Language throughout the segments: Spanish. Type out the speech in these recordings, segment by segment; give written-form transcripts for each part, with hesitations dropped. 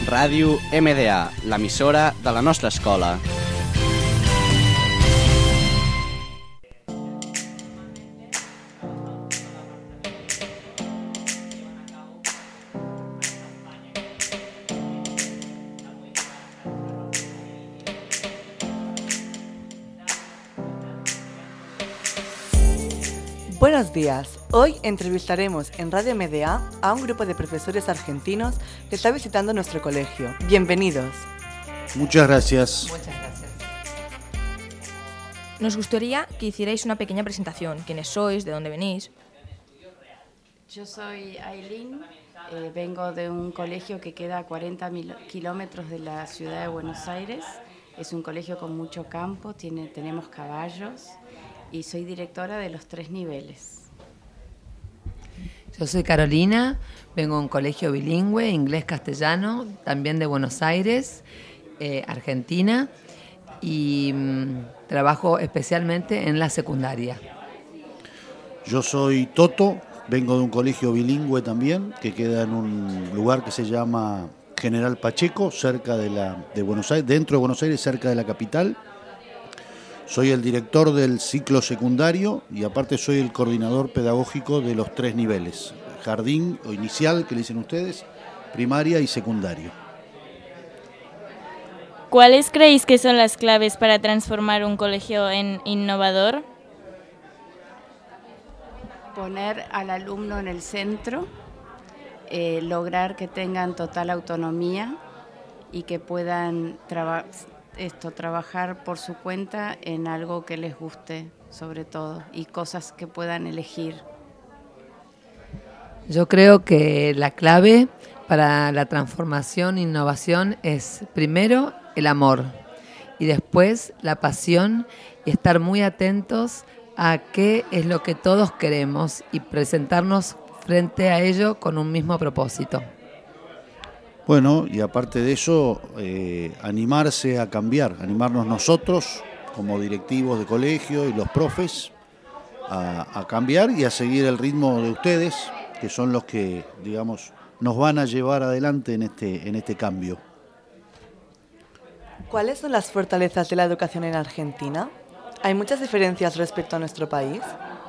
Ràdio MDA, l'emissora de la nostra escola. Buenos días. Hoy entrevistaremos en Radio MDA a un grupo de profesores argentinos que está visitando nuestro colegio. Bienvenidos. Muchas gracias. Muchas gracias. Nos gustaría que hicierais una pequeña presentación. ¿Quiénes sois? ¿De dónde venís? Yo soy Aileen, vengo de un colegio que queda a 40 kilómetros de la ciudad de Buenos Aires. Es un colegio con mucho campo, tenemos caballos y soy directora de los 3 niveles. Yo soy Carolina, vengo de un colegio bilingüe, inglés-castellano, también de Buenos Aires, Argentina, y trabajo especialmente en la secundaria. Yo soy Toto, vengo de un colegio bilingüe también, que queda en un lugar que se llama General Pacheco, cerca de Buenos Aires, dentro de Buenos Aires, cerca de la capital. Soy el director del ciclo secundario y aparte soy el coordinador pedagógico de los 3 niveles, jardín o inicial, que le dicen ustedes, primaria y secundario. ¿Cuáles creéis que son las claves para transformar un colegio en innovador? Poner al alumno en el centro, lograr que tengan total autonomía y que puedan trabajar por su cuenta en algo que les guste, sobre todo, y cosas que puedan elegir. Yo creo que la clave para la transformación e innovación es primero el amor y después la pasión y estar muy atentos a qué es lo que todos queremos y presentarnos frente a ello con un mismo propósito. Bueno, y aparte de eso, animarse a cambiar, animarnos nosotros como directivos de colegio y los profes a cambiar y a seguir el ritmo de ustedes, que son los que, digamos, nos van a llevar adelante en este cambio. ¿Cuáles son las fortalezas de la educación en Argentina? ¿Hay muchas diferencias respecto a nuestro país?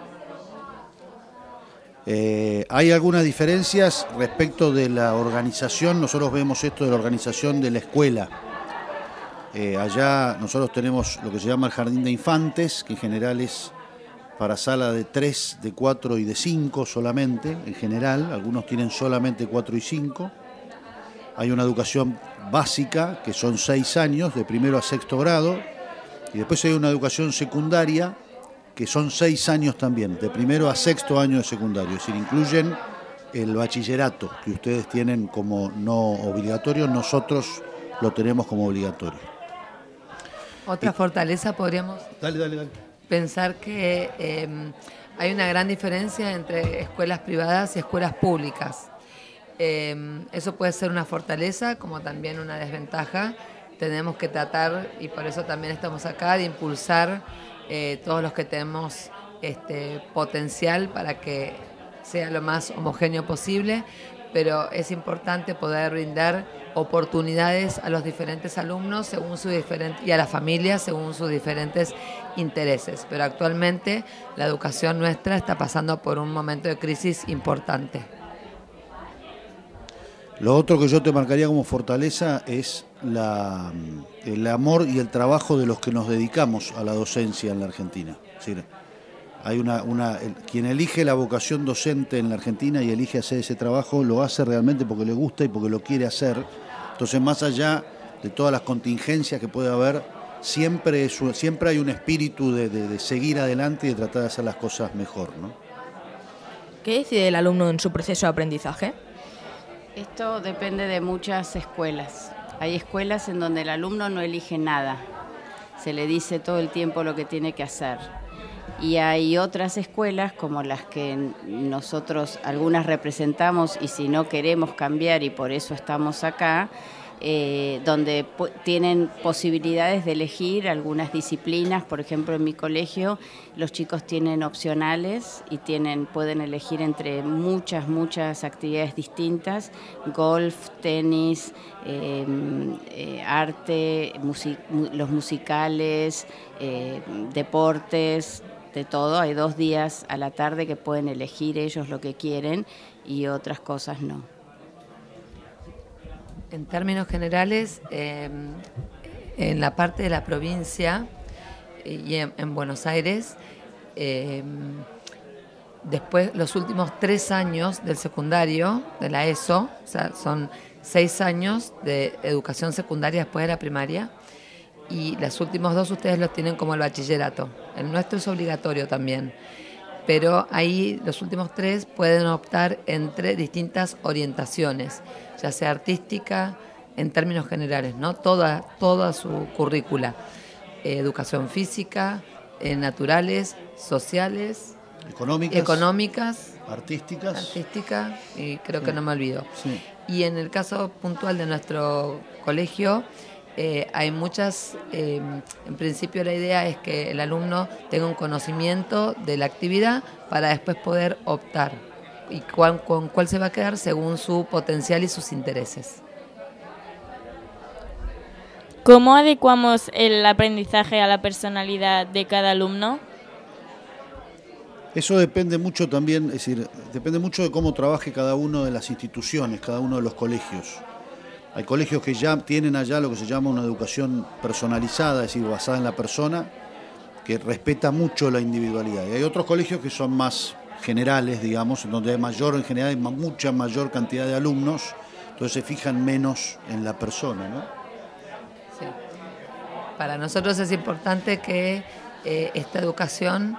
Hay algunas diferencias respecto de la organización. Nosotros vemos esto de la organización de la escuela. Allá nosotros tenemos lo que se llama el jardín de infantes, que en general es para sala de 3, de 4 y de 5 solamente, en general. Algunos tienen solamente 4 y 5. Hay una educación básica, que son 6 años, de primero a sexto grado. Y después hay una educación secundaria, que son 6 años también, de primero a sexto año de secundario. Es decir, incluyen el bachillerato, que ustedes tienen como no obligatorio, nosotros lo tenemos como obligatorio. Otra fortaleza podríamos pensar que hay una gran diferencia entre escuelas privadas y escuelas públicas. Eso puede ser una fortaleza como también una desventaja. Tenemos que tratar, y por eso también estamos acá, de impulsar todos los que tenemos potencial para que sea lo más homogéneo posible, pero es importante poder brindar oportunidades a los diferentes alumnos según y a las familias según sus diferentes intereses. Pero actualmente la educación nuestra está pasando por un momento de crisis importante. Lo otro que yo te marcaría como fortaleza es el amor y el trabajo de los que nos dedicamos a la docencia en la Argentina. Es decir, hay quien elige la vocación docente en la Argentina y elige hacer ese trabajo, lo hace realmente porque le gusta y porque lo quiere hacer. Entonces, más allá de todas las contingencias que puede haber, siempre hay un espíritu de seguir adelante y de tratar de hacer las cosas mejor, ¿no? ¿Qué decide el alumno en su proceso de aprendizaje? Esto depende de muchas escuelas. Hay escuelas en donde el alumno no elige nada, se le dice todo el tiempo lo que tiene que hacer. Y hay otras escuelas como las que nosotros algunas representamos y si no queremos cambiar y por eso estamos acá, donde tienen posibilidades de elegir algunas disciplinas. Por ejemplo, en mi colegio los chicos tienen opcionales y pueden elegir entre muchas actividades distintas: golf, tenis, arte, los musicales, deportes, de todo. Hay 2 días a la tarde que pueden elegir ellos lo que quieren y otras cosas no. En términos generales, en la parte de la provincia y en Buenos Aires, después los últimos 3 años del secundario, de la ESO, o sea, son 6 años de educación secundaria después de la primaria, y los últimos 2 ustedes los tienen como el bachillerato. El nuestro es obligatorio también, pero ahí los últimos 3 pueden optar entre distintas orientaciones, ya sea artística, en términos generales, ¿no? Toda su currícula, educación física, naturales, sociales, económicas, artística, y creo que no me olvido. Sí. Y en el caso puntual de nuestro colegio, hay muchas, en principio la idea es que el alumno tenga un conocimiento de la actividad para después poder optar y con cuál se va a quedar según su potencial y sus intereses. ¿Cómo adecuamos el aprendizaje a la personalidad de cada alumno? Eso depende mucho también, es decir, depende mucho de cómo trabaje cada una de las instituciones, cada uno de los colegios. Hay colegios que ya tienen allá lo que se llama una educación personalizada, es decir, basada en la persona, que respeta mucho la individualidad. Y hay otros colegios que son más generales, digamos, donde en general hay mucha mayor cantidad de alumnos, entonces se fijan menos en la persona, ¿no? Sí. Para nosotros es importante que esta educación,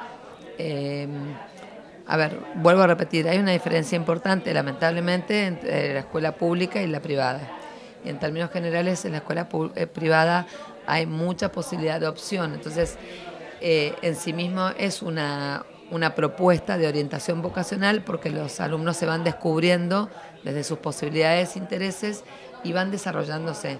vuelvo a repetir, hay una diferencia importante, lamentablemente, entre la escuela pública y la privada. Y en términos generales, en la escuela privada hay mucha posibilidad de opción, entonces en sí mismo es una propuesta de orientación vocacional, porque los alumnos se van descubriendo desde sus posibilidades e intereses y van desarrollándose.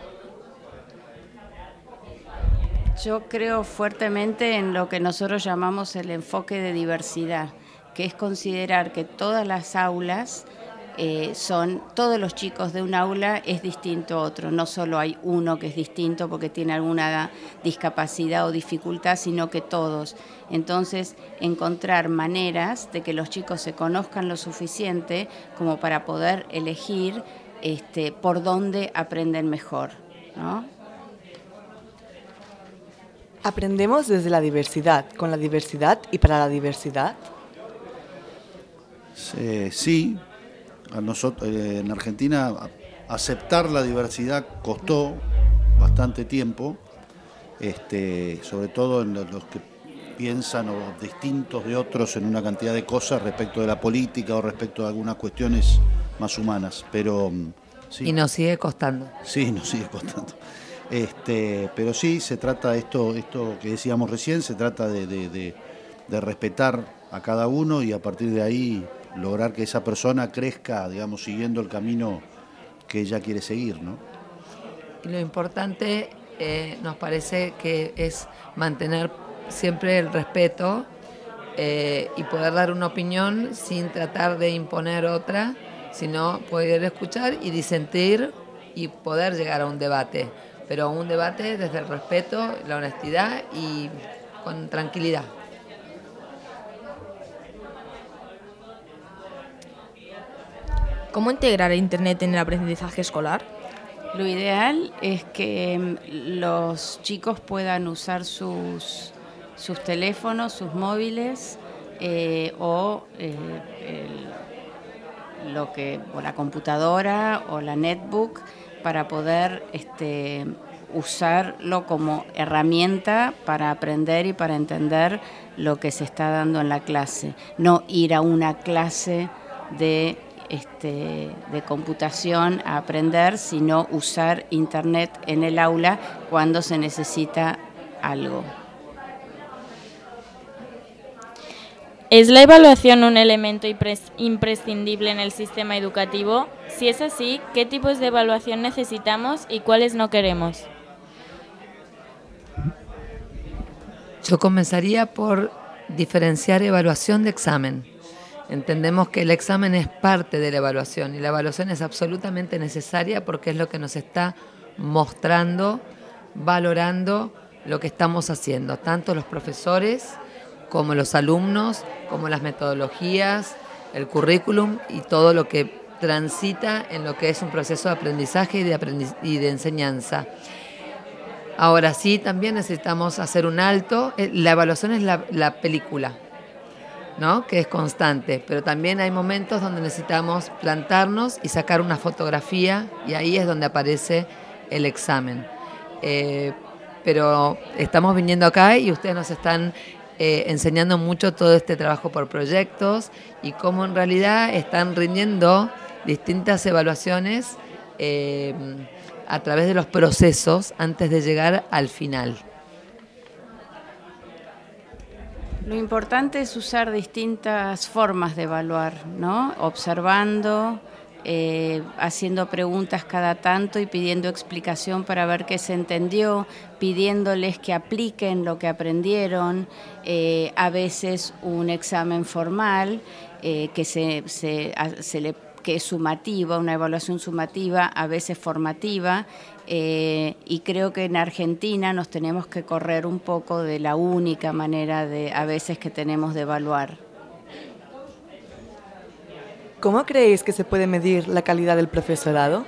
Yo creo fuertemente en lo que nosotros llamamos el enfoque de diversidad, que es considerar que todas las aulas todos los chicos de un aula es distinto a otro, no solo hay uno que es distinto porque tiene alguna discapacidad o dificultad, sino que todos. Entonces, encontrar maneras de que los chicos se conozcan lo suficiente como para poder elegir por dónde aprenden mejor, ¿no? ¿Aprendemos desde la diversidad, con la diversidad y para la diversidad? Sí. A nosotros, en Argentina, aceptar la diversidad costó bastante tiempo, sobre todo en los que piensan o distintos de otros en una cantidad de cosas respecto de la política o respecto de algunas cuestiones más humanas. Pero sí. Y nos sigue costando. Sí, nos sigue costando. Pero sí, se trata esto que decíamos recién, se trata de respetar a cada uno y a partir de ahí lograr que esa persona crezca, digamos, siguiendo el camino que ella quiere seguir, ¿no? Y lo importante nos parece que es mantener siempre el respeto y poder dar una opinión sin tratar de imponer otra, sino poder escuchar y disentir y poder llegar a un debate, pero un debate desde el respeto, la honestidad y con tranquilidad. ¿Cómo integrar Internet en el aprendizaje escolar? Lo ideal es que los chicos puedan usar sus teléfonos, sus móviles o la computadora o la netbook para poder usarlo como herramienta para aprender y para entender lo que se está dando en la clase. No ir a una clase de computación a aprender, sino usar Internet en el aula cuando se necesita algo. ¿Es la evaluación un elemento imprescindible en el sistema educativo? Si es así, ¿qué tipos de evaluación necesitamos y cuáles no queremos? Yo comenzaría por diferenciar evaluación de examen. Entendemos que el examen es parte de la evaluación y la evaluación es absolutamente necesaria porque es lo que nos está mostrando, valorando lo que estamos haciendo, tanto los profesores como los alumnos, como las metodologías, el currículum y todo lo que transita en lo que es un proceso de aprendizaje y de enseñanza. Ahora sí, también necesitamos hacer un alto. La evaluación es la película, ¿no? Que es constante, pero también hay momentos donde necesitamos plantarnos y sacar una fotografía y ahí es donde aparece el examen. Pero estamos viniendo acá y ustedes nos están enseñando mucho todo este trabajo por proyectos y cómo en realidad están rindiendo distintas evaluaciones a través de los procesos antes de llegar al final. Lo importante es usar distintas formas de evaluar, ¿no? Observando, haciendo preguntas cada tanto y pidiendo explicación para ver qué se entendió, pidiéndoles que apliquen lo que aprendieron, a veces un examen formal que es sumativa, una evaluación sumativa, a veces formativa, y creo que en Argentina nos tenemos que correr un poco de la única manera a veces que tenemos de evaluar. ¿Cómo creéis que se puede medir la calidad del profesorado?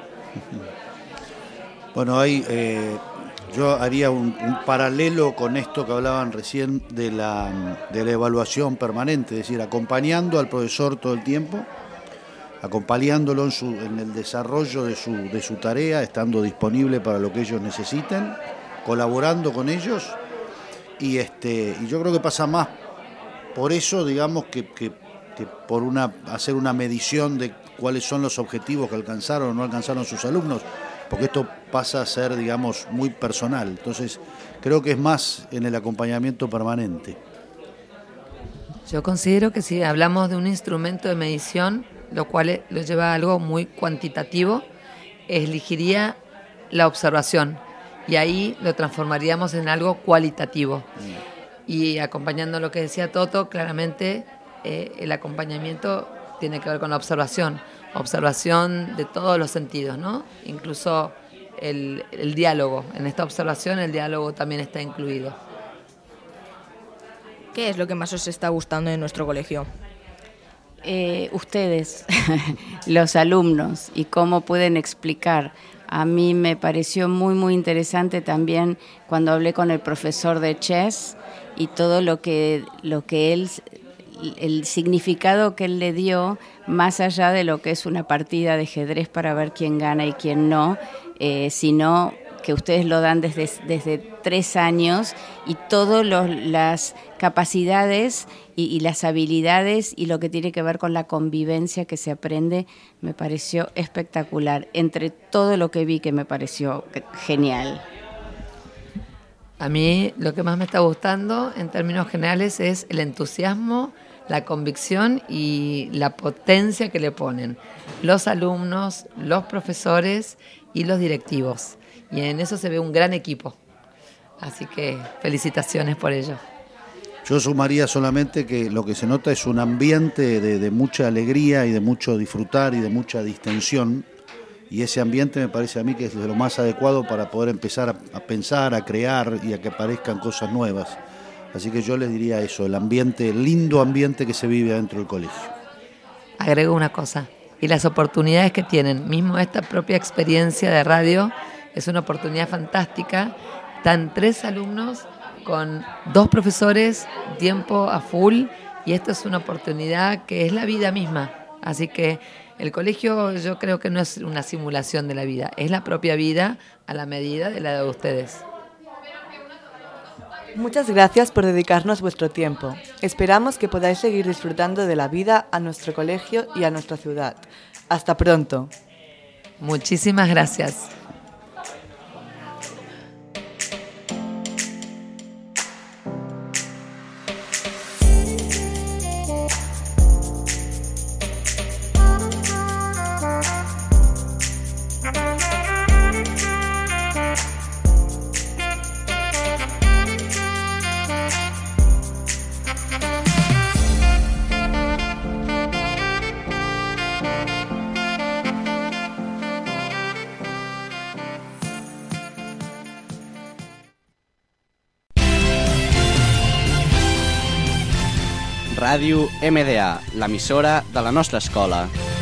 Bueno, yo haría un paralelo con esto que hablaban recién de la evaluación permanente, es decir, acompañando al profesor todo el tiempo, acompañándolo en el desarrollo de su tarea, estando disponible para lo que ellos necesiten, colaborando con ellos, y yo creo que pasa más por eso, digamos, que por hacer una medición de cuáles son los objetivos que alcanzaron o no alcanzaron sus alumnos, porque esto pasa a ser, digamos, muy personal. Entonces, creo que es más en el acompañamiento permanente. Yo considero que si hablamos de un instrumento de medición, lo cual lo lleva a algo muy cuantitativo, elegiría la observación y ahí lo transformaríamos en algo cualitativo. Y acompañando lo que decía Toto, claramente el acompañamiento tiene que ver con la observación de todos los sentidos, ¿no? Incluso el diálogo. En esta observación el diálogo también está incluido. ¿Qué es lo que más os está gustando en nuestro colegio? Ustedes, los alumnos, y cómo pueden explicar. A mí me pareció muy, muy interesante también cuando hablé con el profesor de chess y todo lo que él, el significado que él le dio, más allá de lo que es una partida de ajedrez para ver quién gana y quién no, sino que ustedes lo dan desde 3 años y todas las capacidades y las habilidades y lo que tiene que ver con la convivencia que se aprende, me pareció espectacular. Entre todo lo que vi, que me pareció genial. A mí lo que más me está gustando en términos generales es el entusiasmo, la convicción y la potencia que le ponen los alumnos, los profesores y los directivos. Y en eso se ve un gran equipo. Así que felicitaciones por ello. Yo sumaría solamente que lo que se nota es un ambiente de mucha alegría y de mucho disfrutar y de mucha distensión. Y ese ambiente me parece a mí que es de lo más adecuado para poder empezar a pensar, a crear y a que aparezcan cosas nuevas. Así que yo les diría eso, el lindo ambiente que se vive dentro del colegio. Agrego una cosa, y las oportunidades que tienen, mismo esta propia experiencia de radio, es una oportunidad fantástica. Están 3 alumnos con 2 profesores, tiempo a full, y esto es una oportunidad que es la vida misma. Así que el colegio yo creo que no es una simulación de la vida, es la propia vida a la medida de la de ustedes. Muchas gracias por dedicarnos vuestro tiempo. Esperamos que podáis seguir disfrutando de la vida a nuestro colegio y a nuestra ciudad. Hasta pronto. Muchísimas gracias. Ràdio MDA, l'emissora de la nostra escola.